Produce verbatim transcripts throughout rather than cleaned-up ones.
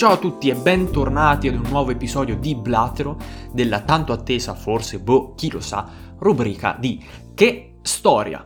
Ciao a tutti e bentornati ad un nuovo episodio di Blatero, della tanto attesa, forse, boh, chi lo sa, rubrica di Che Storia!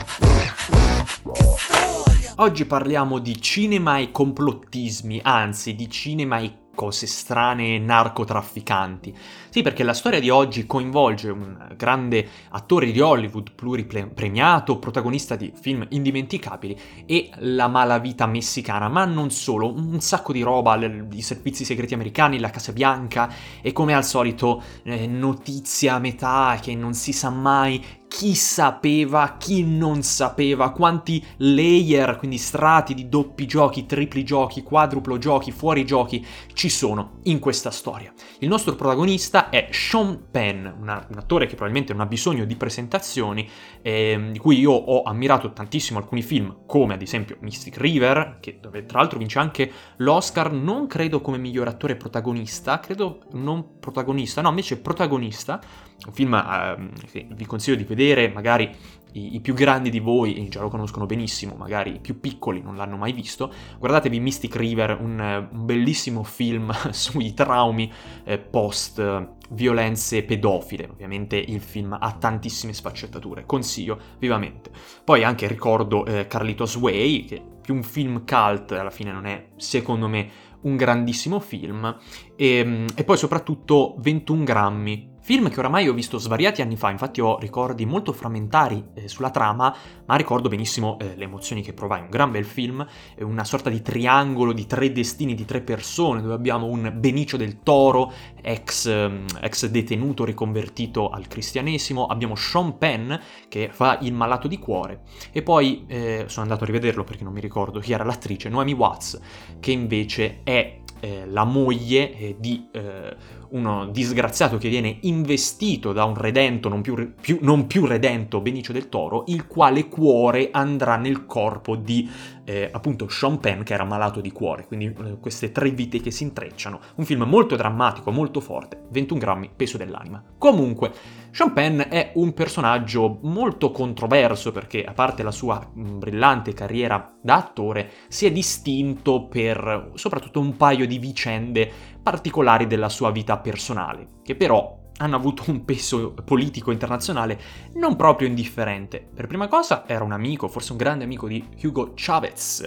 Oggi parliamo di cinema e complottismi, anzi di cinema e cose strane e narcotrafficanti. Sì, perché la storia di oggi coinvolge un grande attore di Hollywood pluripremiato, protagonista di film indimenticabili, e la malavita messicana, ma non solo, un sacco di roba, i servizi segreti americani, la Casa Bianca, e come al solito eh, notizia a metà che non si sa mai chi sapeva, chi non sapeva, quanti layer, quindi strati di doppi giochi, tripli giochi, quadruplo giochi, fuori giochi ci sono in questa storia. Il nostro protagonista è Sean Penn, una, un attore che probabilmente non ha bisogno di presentazioni, eh, di cui io ho ammirato tantissimo alcuni film, come ad esempio Mystic River, che dove tra l'altro vince anche l'Oscar, non credo come miglior attore protagonista, credo non protagonista, no, invece protagonista, un film eh, che vi consiglio di vedere, magari i, i più grandi di voi già lo conoscono benissimo, magari i più piccoli non l'hanno mai visto. Guardatevi Mystic River, un, un bellissimo film sui traumi eh, post eh, violenze pedofile. Ovviamente il film ha tantissime sfaccettature, consiglio vivamente. Poi anche ricordo eh, Carlitos Way, che più un film cult, alla fine non è, secondo me, un grandissimo film, e, e poi soprattutto ventuno grammi, film che oramai ho visto svariati anni fa, infatti ho ricordi molto frammentari eh, sulla trama, ma ricordo benissimo eh, le emozioni che provai. Un gran bel film, eh, una sorta di triangolo di tre destini, di tre persone, dove abbiamo un Benicio del Toro, ex, eh, ex detenuto riconvertito al cristianesimo, abbiamo Sean Penn che fa il malato di cuore, e poi eh, sono andato a rivederlo perché non mi ricordo chi era l'attrice, Naomi Watts, che invece è eh, la moglie eh, di eh, uno disgraziato che viene investito da un redento, non più, più, non più redento Benicio del Toro, il quale cuore andrà nel corpo di eh, appunto Sean Penn, che era malato di cuore. Quindi eh, queste tre vite che si intrecciano. Un film molto drammatico, molto forte. ventuno grammi, peso dell'anima. Comunque, Sean Penn è un personaggio molto controverso perché, a parte la sua mh, brillante carriera da attore, si è distinto per soprattutto un paio di vicende particolari della sua vita personale, che però hanno avuto un peso politico internazionale non proprio indifferente. Per prima cosa era un amico, forse un grande amico di Hugo Chavez,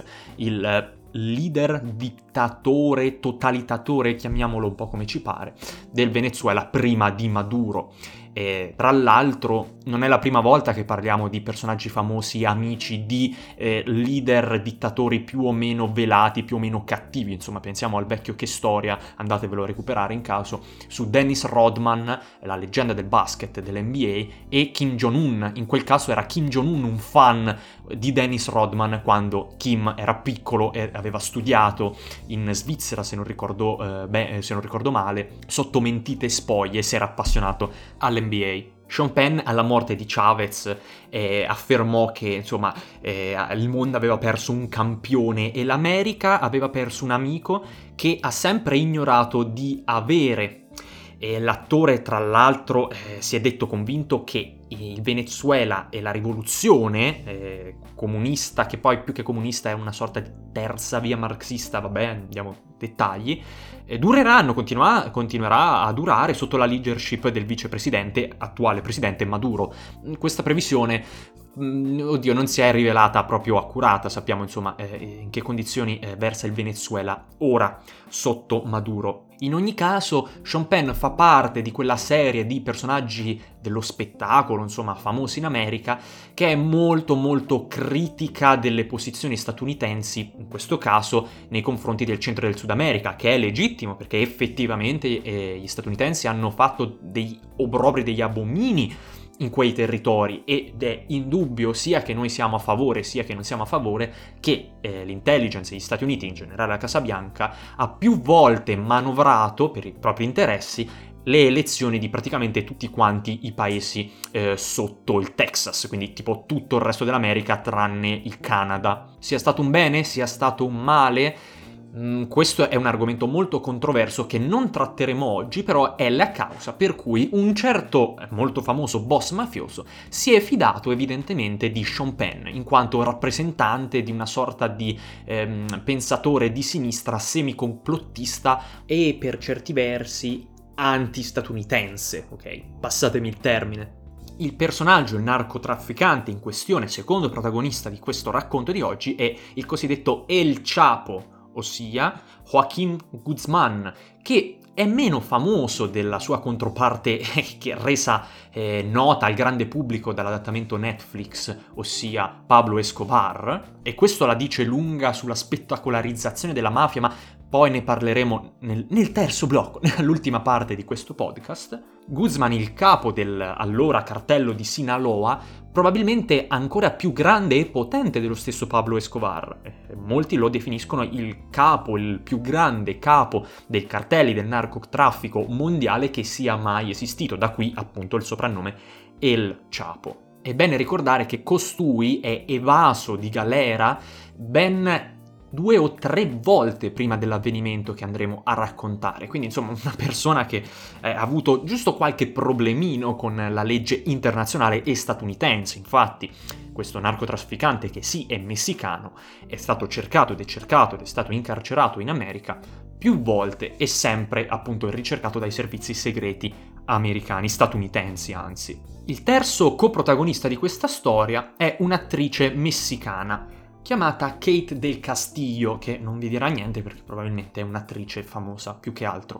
il leader, dittatore, totalitatore, chiamiamolo un po' come ci pare, del Venezuela prima di Maduro. E tra l'altro non è la prima volta che parliamo di personaggi famosi, amici di eh, leader, dittatori più o meno velati, più o meno cattivi. Insomma, pensiamo al vecchio Che Storia, andatevelo a recuperare in caso, su Dennis Rodman, la leggenda del basket dell'N B A, e Kim Jong-un. In quel caso era Kim Jong-un un fan di Dennis Rodman quando Kim era piccolo e aveva studiato in Svizzera, se non ricordo, eh, beh, se non ricordo male, sotto mentite spoglie, si era appassionato all'N B A. Sean Penn, alla morte di Chavez, eh, affermò che insomma eh, il mondo aveva perso un campione e l'America aveva perso un amico che ha sempre ignorato di avere. E l'attore, tra l'altro, eh, si è detto convinto che il Venezuela e la rivoluzione eh, comunista, che poi più che comunista è una sorta di terza via marxista, vabbè, andiamo dettagli, eh, dureranno, continua, continuerà a durare sotto la leadership del vicepresidente, attuale presidente Maduro. Questa previsione, mh, oddio, non si è rivelata proprio accurata, sappiamo insomma eh, in che condizioni eh, versa il Venezuela ora sotto Maduro. In ogni caso, Sean Penn fa parte di quella serie di personaggi dello spettacolo, insomma, famosi in America, che è molto molto critica delle posizioni statunitensi, in questo caso nei confronti del centro del Sud America, che è legittimo perché effettivamente eh, gli statunitensi hanno fatto dei obrobri, degli abomini in quei territori, ed è indubbio sia che noi siamo a favore sia che non siamo a favore che eh, l'intelligence, gli Stati Uniti, in generale la Casa Bianca, ha più volte manovrato per i propri interessi le elezioni di praticamente tutti quanti i paesi eh, sotto il Texas, quindi tipo tutto il resto dell'America tranne il Canada. Sia stato un bene, sia stato un male, Mm, questo è un argomento molto controverso che non tratteremo oggi, però è la causa per cui un certo, molto famoso boss mafioso si è fidato evidentemente di Sean Penn, in quanto rappresentante di una sorta di ehm, pensatore di sinistra semicomplottista e per certi versi anti-statunitense, ok? Passatemi il termine. Il personaggio, il narcotrafficante in questione, secondo protagonista di questo racconto di oggi, è il cosiddetto El Chapo, ossia Joaquín Guzmán, che è meno famoso della sua controparte che è resa eh, nota al grande pubblico dall'adattamento Netflix, ossia Pablo Escobar, e questo la dice lunga sulla spettacolarizzazione della mafia, ma poi ne parleremo nel, nel terzo blocco, nell'ultima parte di questo podcast. Guzmán, il capo del allora cartello di Sinaloa, probabilmente ancora più grande e potente dello stesso Pablo Escobar. Eh, molti lo definiscono il capo, il più grande capo dei cartelli del narcotraffico mondiale che sia mai esistito, da qui appunto il soprannome El Chapo. È bene ricordare che costui è evaso di galera ben due o tre volte prima dell'avvenimento che andremo a raccontare, quindi insomma una persona che eh, ha avuto giusto qualche problemino con la legge internazionale e statunitense. Infatti questo narcotrafficante, che sì è messicano, è stato cercato ed è cercato ed è stato incarcerato in America più volte e sempre appunto ricercato dai servizi segreti americani, statunitensi anzi. Il terzo coprotagonista di questa storia è un'attrice messicana chiamata Kate del Castillo, che non vi dirà niente perché probabilmente è un'attrice famosa più che altro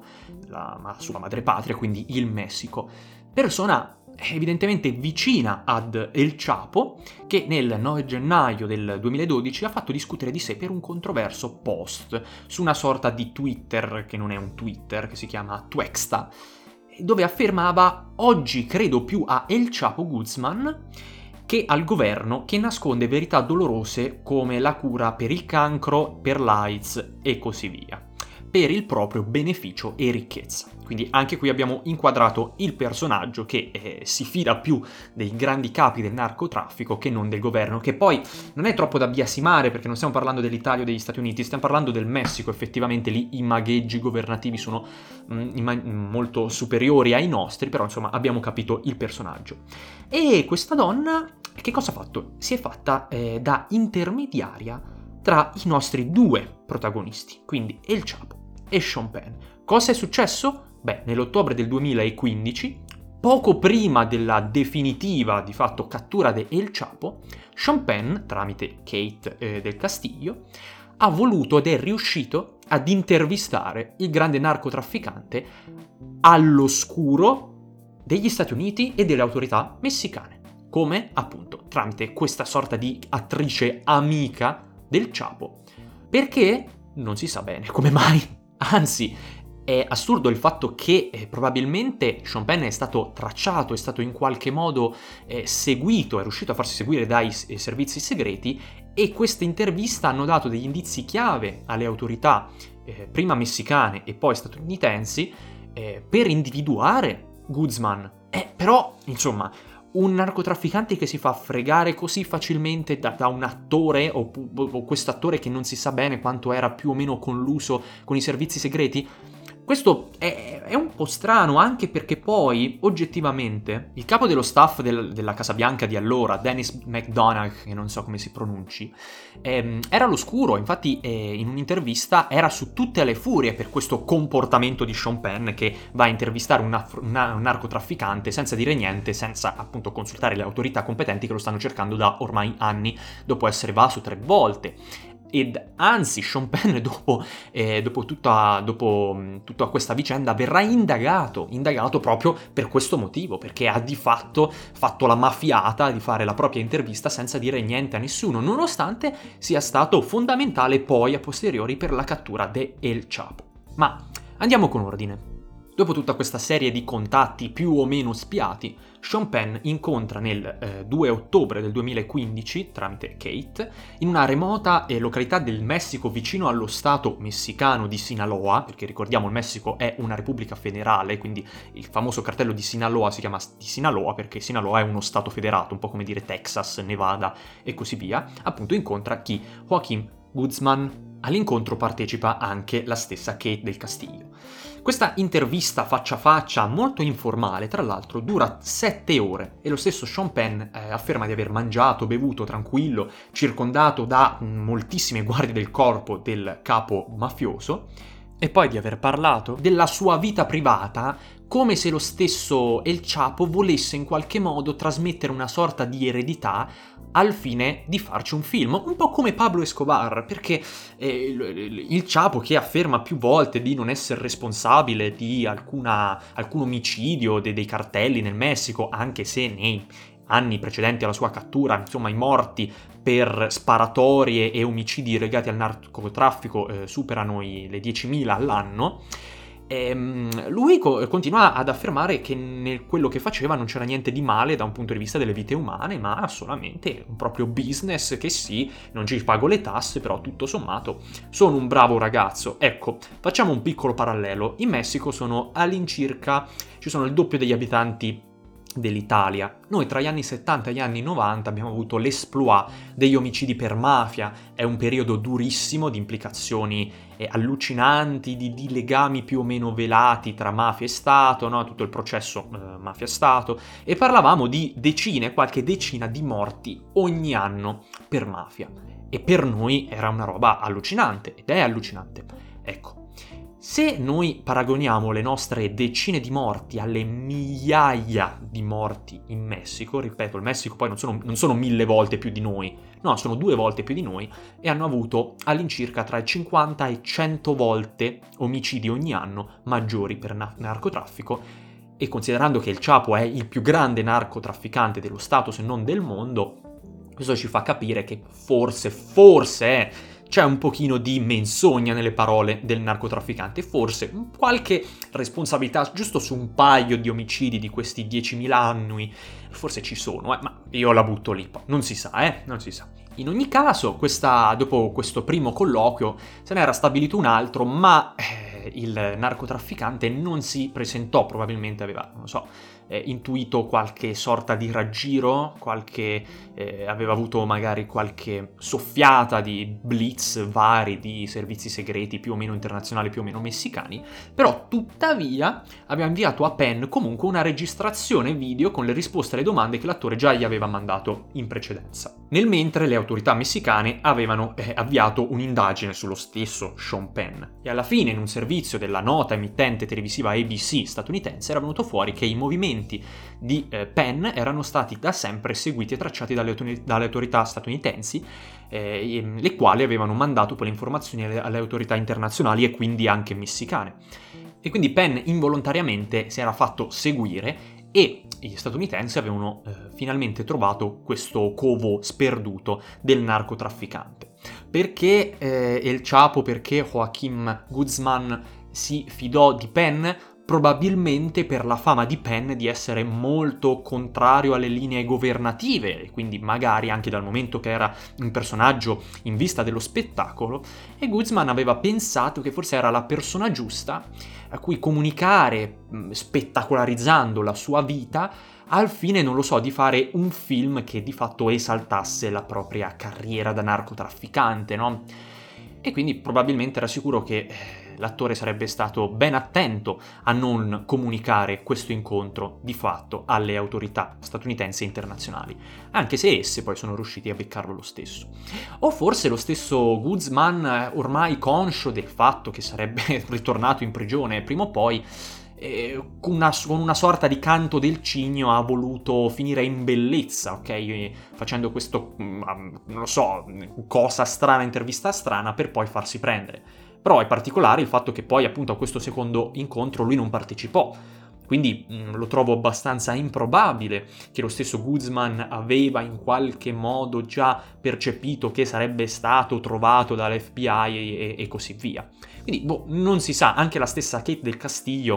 la sua madrepatria, quindi il Messico. Persona evidentemente vicina ad El Chapo, che nel nove gennaio del duemiladodici ha fatto discutere di sé per un controverso post su una sorta di Twitter, che non è un Twitter, che si chiama Twexta, dove affermava: oggi credo più a El Chapo Guzmán che al governo che nasconde verità dolorose come la cura per il cancro, per l'AIDS e così via, per il proprio beneficio e ricchezza. Quindi anche qui abbiamo inquadrato il personaggio che eh, si fida più dei grandi capi del narcotraffico che non del governo, che poi non è troppo da biasimare perché non stiamo parlando dell'Italia o degli Stati Uniti, stiamo parlando del Messico. Effettivamente lì i magheggi governativi sono mh, ma- molto superiori ai nostri, però insomma abbiamo capito il personaggio. E questa donna che cosa ha fatto? Si è fatta eh, da intermediaria tra i nostri due protagonisti, quindi El Chapo e Sean Penn. Cosa è successo? Beh, nell'ottobre del duemilaquindici, poco prima della definitiva, di fatto, cattura di El Chapo, Sean Penn, tramite Kate eh, del Castillo, ha voluto ed è riuscito ad intervistare il grande narcotrafficante all'oscuro degli Stati Uniti e delle autorità messicane. Come? Appunto, tramite questa sorta di attrice amica del Chapo. Perché? Non si sa bene come mai. Anzi, è assurdo il fatto che eh, probabilmente Sean Penn è stato tracciato, è stato in qualche modo eh, seguito, è riuscito a farsi seguire dai eh, servizi segreti, e queste interviste hanno dato degli indizi chiave alle autorità eh, prima messicane e poi statunitensi eh, per individuare Guzmán. Eh, però, insomma, un narcotrafficante che si fa fregare così facilmente da, da un attore o, o questo attore che non si sa bene quanto era più o meno colluso con i servizi segreti, questo è, è un po' strano, anche perché poi, oggettivamente, il capo dello staff del, della Casa Bianca di allora, Dennis McDonagh, che non so come si pronunci, ehm, era all'oscuro. Infatti eh, in un'intervista era su tutte le furie per questo comportamento di Sean Penn, che va a intervistare un, aff- una, un narcotrafficante senza dire niente, senza appunto consultare le autorità competenti che lo stanno cercando da ormai anni, dopo essere evaso tre volte. Ed anzi, Sean Penn, dopo, eh, dopo, tutta, dopo tutta questa vicenda, verrà indagato, indagato proprio per questo motivo, perché ha di fatto fatto la mafiata di fare la propria intervista senza dire niente a nessuno, nonostante sia stato fondamentale poi a posteriori per la cattura di El Chapo. Ma andiamo con ordine. Dopo tutta questa serie di contatti più o meno spiati, Sean Penn incontra nel eh, due ottobre del duemilaquindici, tramite Kate, in una remota eh, località del Messico vicino allo stato messicano di Sinaloa, perché ricordiamo il Messico è una repubblica federale, quindi il famoso cartello di Sinaloa si chiama di Sinaloa perché Sinaloa è uno stato federato, un po' come dire Texas, Nevada e così via. Appunto incontra chi? Joaquín Guzman. All'incontro partecipa anche la stessa Kate del Castillo. Questa intervista faccia a faccia, molto informale, tra l'altro, dura sette ore e lo stesso Sean Penn eh, afferma di aver mangiato, bevuto, tranquillo, circondato da moltissime guardie del corpo del capo mafioso, e poi di aver parlato della sua vita privata come se lo stesso El Chapo volesse in qualche modo trasmettere una sorta di eredità al fine di farci un film, un po' come Pablo Escobar, perché eh, il Chapo, che afferma più volte di non essere responsabile di alcuna, alcun omicidio de, dei cartelli nel Messico, anche se nei anni precedenti alla sua cattura, insomma, i morti per sparatorie e omicidi legati al narcotraffico eh, superano i, le diecimila all'anno. Ehm, lui co- continua ad affermare che nel quello che faceva non c'era niente di male da un punto di vista delle vite umane, ma solamente un proprio business che sì, non ci pago le tasse, però tutto sommato sono un bravo ragazzo. Ecco, facciamo un piccolo parallelo. In Messico sono all'incirca, ci sono il doppio degli abitanti dell'Italia. Noi tra gli anni settanta e gli anni novanta abbiamo avuto l'esploit degli omicidi per mafia, è un periodo durissimo di implicazioni eh, allucinanti, di, di legami più o meno velati tra mafia e Stato, no? Tutto il processo eh, mafia-Stato, e parlavamo di decine, qualche decina di morti ogni anno per mafia. E per noi era una roba allucinante, ed è allucinante. Ecco. Se noi paragoniamo le nostre decine di morti alle migliaia di morti in Messico, ripeto, il Messico poi non sono, non sono mille volte più di noi, no, sono due volte più di noi, e hanno avuto all'incirca tra i cinquanta e cento volte omicidi ogni anno maggiori per na- narcotraffico, e considerando che il Chapo è il più grande narcotrafficante dello Stato, se non del mondo, questo ci fa capire che forse, forse... Eh, c'è un pochino di menzogna nelle parole del narcotrafficante, forse qualche responsabilità giusto su un paio di omicidi di questi diecimila annui, forse ci sono, eh, ma io la butto lì, non si sa, eh, non si sa. In ogni caso, questa, dopo questo primo colloquio, se ne era stabilito un altro, ma eh, il narcotrafficante non si presentò, probabilmente aveva, non lo so, eh, intuito qualche sorta di raggiro, qualche, eh, aveva avuto magari qualche soffiata di blitz vari di servizi segreti più o meno internazionali, più o meno messicani, però tuttavia aveva inviato a Penn comunque una registrazione video con le risposte alle domande che l'attore già gli aveva mandato in precedenza. Nel mentre le autorità messicane avevano eh, avviato un'indagine sullo stesso Sean Penn, e alla fine in un servizio della nota emittente televisiva A B C statunitense era venuto fuori che i movimenti di eh, Penn erano stati da sempre seguiti e tracciati dalle, autor- dalle autorità statunitensi, eh, le quali avevano mandato poi le informazioni alle, alle autorità internazionali e quindi anche messicane. E quindi Penn involontariamente si era fatto seguire, e gli statunitensi avevano eh, finalmente trovato questo covo sperduto del narcotrafficante. Perché eh, El Chapo, perché Joaquim Guzman si fidò di Penn? Probabilmente per la fama di Penn di essere molto contrario alle linee governative, e quindi magari anche dal momento che era un personaggio in vista dello spettacolo, e Guzman aveva pensato che forse era la persona giusta a cui comunicare spettacolarizzando la sua vita al fine, non lo so, di fare un film che di fatto esaltasse la propria carriera da narcotrafficante, no? E quindi probabilmente era sicuro che l'attore sarebbe stato ben attento a non comunicare questo incontro di fatto alle autorità statunitensi e internazionali, anche se esse poi sono riusciti a beccarlo lo stesso. O forse lo stesso Guzman, ormai conscio del fatto che sarebbe ritornato in prigione prima o poi, eh, con, una, con una sorta di canto del cigno ha voluto finire in bellezza, ok? Facendo questo, non lo so, cosa strana, intervista strana, per poi farsi prendere. Però è particolare il fatto che poi appunto a questo secondo incontro lui non partecipò, quindi mh, lo trovo abbastanza improbabile che lo stesso Guzman aveva in qualche modo già percepito che sarebbe stato trovato dall'F B I e, e così via. Quindi boh, non si sa, anche la stessa Kate del Castillo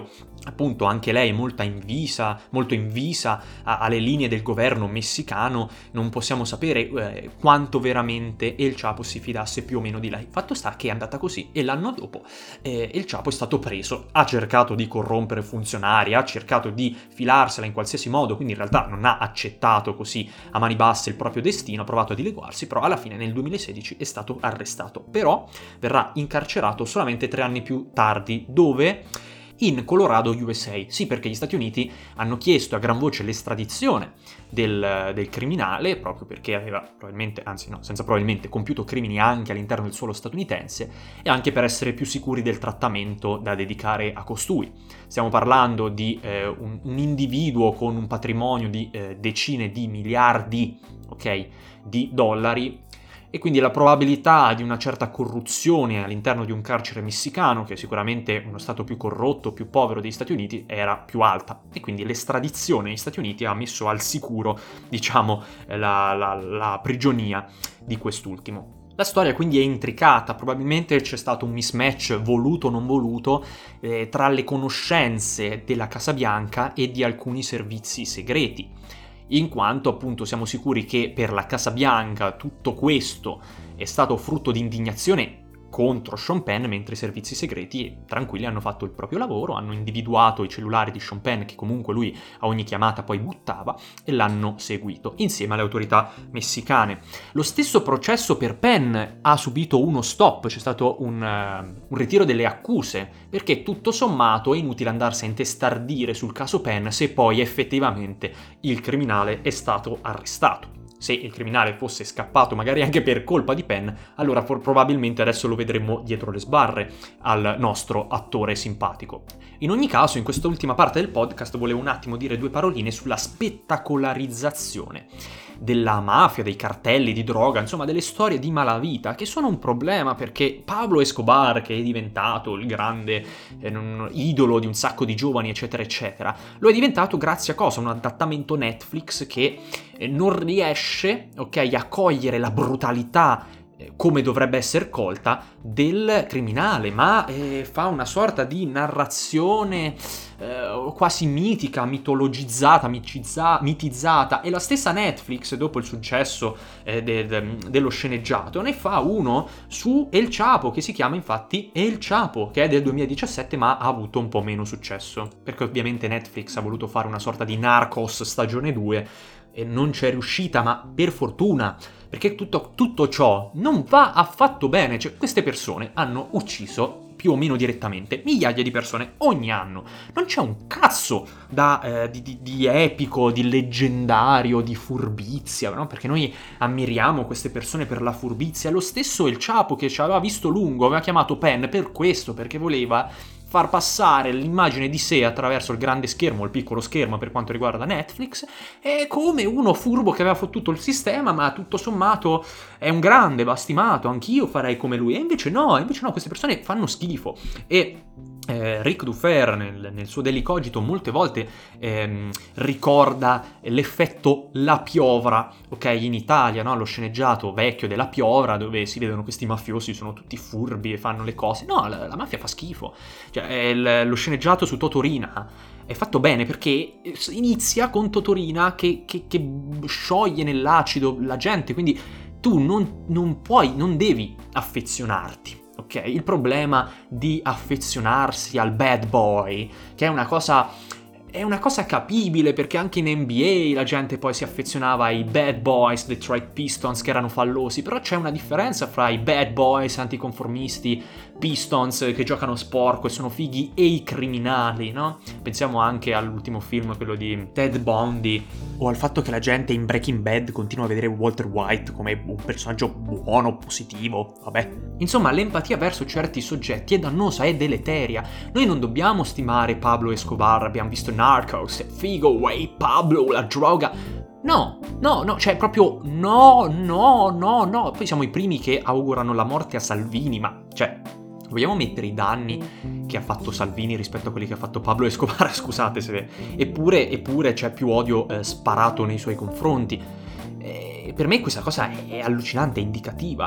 appunto anche lei molto invisa, molto invisa a, alle linee del governo messicano, non possiamo sapere eh, quanto veramente El Chapo si fidasse più o meno di lei. Fatto sta che è andata così e l'anno dopo eh, El Chapo è stato preso, ha cercato di corrompere funzionari, ha cercato di filarsela in qualsiasi modo, quindi in realtà non ha accettato così a mani basse il proprio destino, ha provato a dileguarsi, però alla fine nel duemilasedici è stato arrestato. Però verrà incarcerato solamente tre anni più tardi, dove? In Colorado, U S A. Sì, perché gli Stati Uniti hanno chiesto a gran voce l'estradizione del, del criminale, proprio perché aveva probabilmente, anzi no, senza probabilmente, compiuto crimini anche all'interno del suolo statunitense, e anche per essere più sicuri del trattamento da dedicare a costui. Stiamo parlando di eh, un, un individuo con un patrimonio di eh, decine di miliardi, ok, di dollari, e quindi la probabilità di una certa corruzione all'interno di un carcere messicano, che è sicuramente uno stato più corrotto, più povero degli Stati Uniti, era più alta, e quindi l'estradizione negli Stati Uniti ha messo al sicuro, diciamo, la, la, la prigionia di quest'ultimo. La storia quindi è intricata, probabilmente c'è stato un mismatch voluto o non voluto eh, tra le conoscenze della Casa Bianca e di alcuni servizi segreti, in quanto appunto siamo sicuri che per la Casa Bianca tutto questo è stato frutto di indignazione contro Sean Penn, mentre i servizi segreti tranquilli hanno fatto il proprio lavoro, hanno individuato i cellulari di Sean Penn, che comunque lui a ogni chiamata poi buttava, e l'hanno seguito insieme alle autorità messicane. Lo stesso processo per Penn ha subito uno stop, c'è stato un, uh, un ritiro delle accuse, perché tutto sommato è inutile andarsi a intestardire sul caso Penn se poi effettivamente il criminale è stato arrestato. Se il criminale fosse scappato magari anche per colpa di Penn, allora for- probabilmente adesso lo vedremmo dietro le sbarre al nostro attore simpatico. In ogni caso, in quest'ultima parte del podcast volevo un attimo dire due paroline sulla spettacolarizzazione della mafia, dei cartelli di droga, insomma delle storie di malavita, che sono un problema perché Pablo Escobar, che è diventato il grande eh, un idolo di un sacco di giovani, eccetera eccetera, lo è diventato grazie a cosa? Un adattamento Netflix che eh, non riesce, ok, a cogliere la brutalità come dovrebbe essere colta del criminale, ma eh, fa una sorta di narrazione eh, quasi mitica, mitologizzata, micizza- mitizzata, e la stessa Netflix, dopo il successo eh, de- de- dello sceneggiato, ne fa uno su El Chapo, che si chiama infatti El Chapo, che è del duemiladiciassette ma ha avuto un po' meno successo, perché ovviamente Netflix ha voluto fare una sorta di Narcos stagione due e non c'è riuscita, ma per fortuna, perché tutto, tutto ciò non va affatto bene. Cioè, queste persone hanno ucciso più o meno direttamente migliaia di persone ogni anno. Non c'è un cazzo da, eh, di, di, di epico, di leggendario, di furbizia, no? Perché noi ammiriamo queste persone per la furbizia. Lo stesso El Chapo, che ci aveva visto lungo, aveva chiamato Penn per questo, perché voleva far passare l'immagine di sé attraverso il grande schermo, il piccolo schermo per quanto riguarda Netflix, è come uno furbo che aveva fottuto il sistema, ma tutto sommato è un grande, va stimato, anch'io farei come lui, e invece no, invece no, queste persone fanno schifo. E Eh, Ric Dufer nel, nel suo Daily Cogito molte volte ehm, ricorda l'effetto La Piovra, ok, in Italia, no? Lo sceneggiato vecchio della Piovra, dove si vedono questi mafiosi, sono tutti furbi e fanno le cose. No, la, la mafia fa schifo. Cioè, il, lo sceneggiato su Totorina è fatto bene perché inizia con Totorina che, che, che scioglie nell'acido la gente, quindi tu non, non puoi, non devi affezionarti. Ok, il problema di affezionarsi al bad boy, che è una cosa, è una cosa capibile, perché anche in N B A la gente poi si affezionava ai bad boys, Detroit Pistons, che erano fallosi, però c'è una differenza fra i bad boys anticonformisti, Pistons che giocano sporco e sono fighi, e i criminali, no? Pensiamo anche all'ultimo film, quello di Ted Bundy, o al fatto che la gente in Breaking Bad continua a vedere Walter White come un personaggio buono, positivo, vabbè. Insomma, l'empatia verso certi soggetti è dannosa, è deleteria. Noi non dobbiamo stimare Pablo Escobar, abbiamo visto Narcos, figo, way Pablo, la droga. No, no, no, cioè proprio no, no, no, no. Poi siamo i primi che augurano la morte a Salvini, ma cioè vogliamo mettere i danni che ha fatto Salvini rispetto a quelli che ha fatto Pablo Escobar? Scusate se... Eppure, eppure c'è più odio eh, sparato nei suoi confronti. Eh, per me questa cosa è, è allucinante, è indicativa.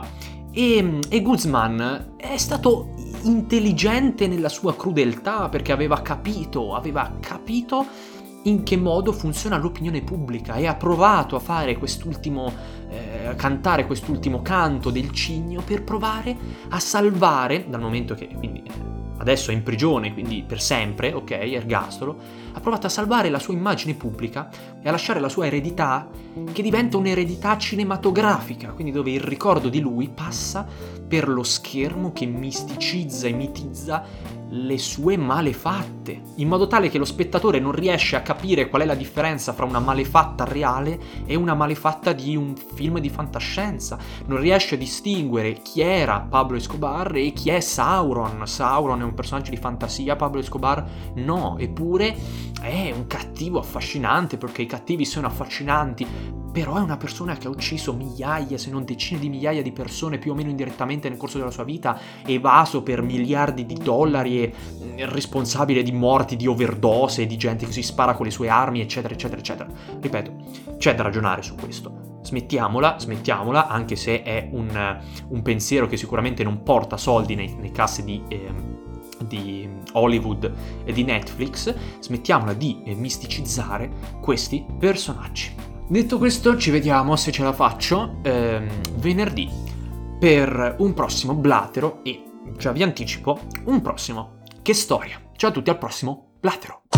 E, e Guzman è stato intelligente nella sua crudeltà perché aveva capito, aveva capito in che modo funziona l'opinione pubblica e ha provato a fare quest'ultimo, eh, cantare quest'ultimo canto del cigno per provare a salvare, dal momento che quindi adesso è in prigione, quindi per sempre, ok, ergastolo, ha provato a salvare la sua immagine pubblica e a lasciare la sua eredità, che diventa un'eredità cinematografica, quindi dove il ricordo di lui passa per lo schermo che misticizza e mitizza le sue malefatte, in modo tale che lo spettatore non riesce a capire qual è la differenza fra una malefatta reale e una malefatta di un film di fantascienza, non riesce a distinguere chi era Pablo Escobar e chi è Sauron. Sauron è un personaggio di fantasia, Pablo Escobar no, eppure è un cattivo affascinante, perché i cattivi sono affascinanti, però è una persona che ha ucciso migliaia, se non decine di migliaia di persone più o meno indirettamente nel corso della sua vita, evaso per miliardi di dollari e responsabile di morti, di overdose, di gente che si spara con le sue armi, eccetera, eccetera, eccetera. Ripeto, c'è da ragionare su questo. Smettiamola, smettiamola, anche se è un, un pensiero che sicuramente non porta soldi nei, nei cassi di... Eh, di Hollywood e di Netflix. Smettiamola di eh, misticizzare questi personaggi. Detto questo, ci vediamo, se ce la faccio, ehm, venerdì per un prossimo Blatero e, già vi anticipo, un prossimo Che Storia. Ciao a tutti, al prossimo Blatero.